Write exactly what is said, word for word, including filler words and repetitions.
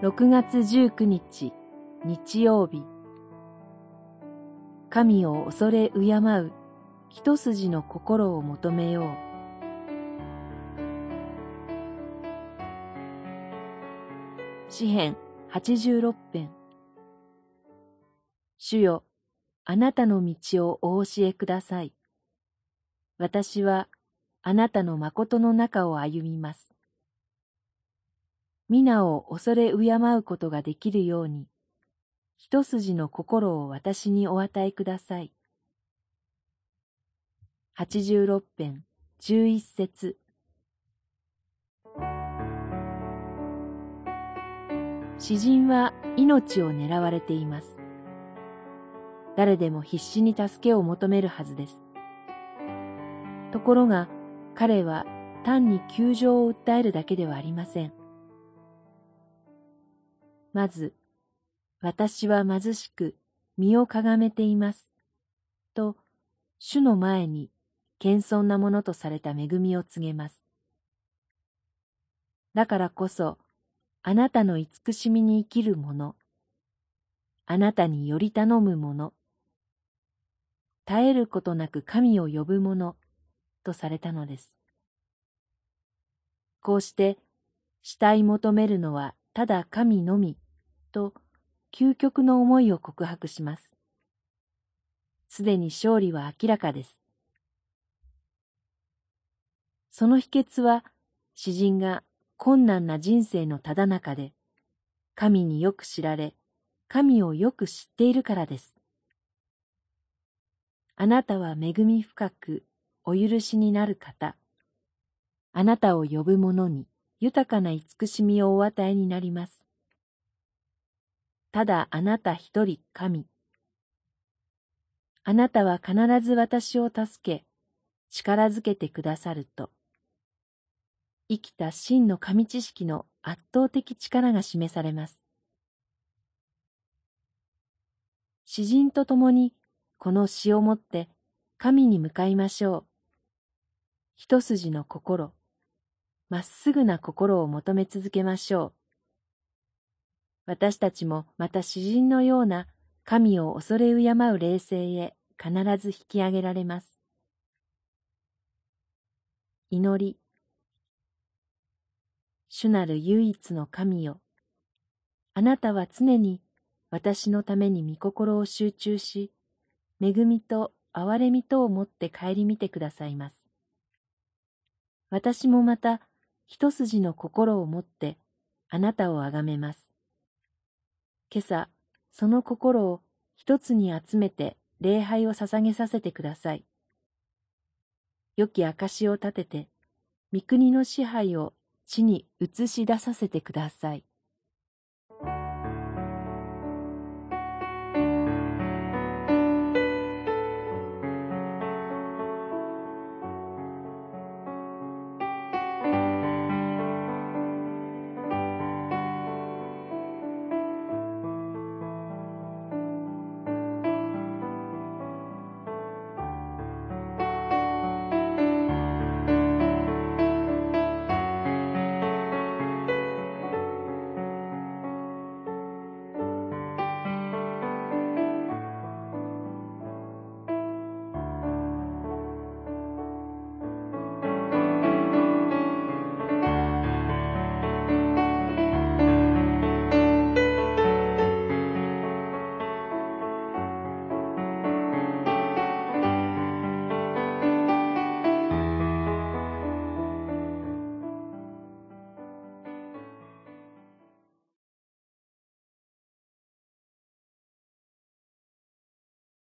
ろくがつじゅうくにち、日曜日。神を恐れ敬う一筋の心を求めよう。詩編はちじゅうろくぺん。主よ、あなたの道をお教えください。私はあなたの誠の中を歩みます。皆を恐れ敬うことができるように、一筋の心を私にお与えください。はちじゅうろくぺんじゅういっせつ。詩人は命を狙われています。誰でも必死に助けを求めるはずです。ところが彼は単に窮状を訴えるだけではありません。まず、私は貧しく身をかがめています。と、主の前に謙遜なものとされた恵みを告げます。だからこそ、あなたの慈しみに生きる者、あなたにより頼む者、絶えることなく神を呼ぶ者、とされたのです。こうして、慕い求めるのはただ神のみ、と究極の思いを告白します。すでに勝利は明らかです。その秘訣は、詩人が困難な人生のただ中で、神によく知られ、神をよく知っているからです。あなたは恵み深くお許しになる方。あなたを呼ぶ者に豊かな慈しみをお与えになります。ただあなた一人神。あなたは必ず私を助け、力づけてくださると。生きた真の神知識の圧倒的力が示されます。詩人と共にこの詩をもって神に向かいましょう。一筋の心、まっすぐな心を求め続けましょう。私たちもまた詩人のような神を恐れ敬う霊性へ必ず引き上げられます。祈り。主なる唯一の神よ。あなたは常に私のために御心を集中し、恵みと憐れみとをもって顧みてくださいます。私もまた一筋の心をもってあなたをあがめます。今朝、その心を一つに集めて礼拝を捧げさせてください。良き証を立てて、御国の支配を地に移し出させてください。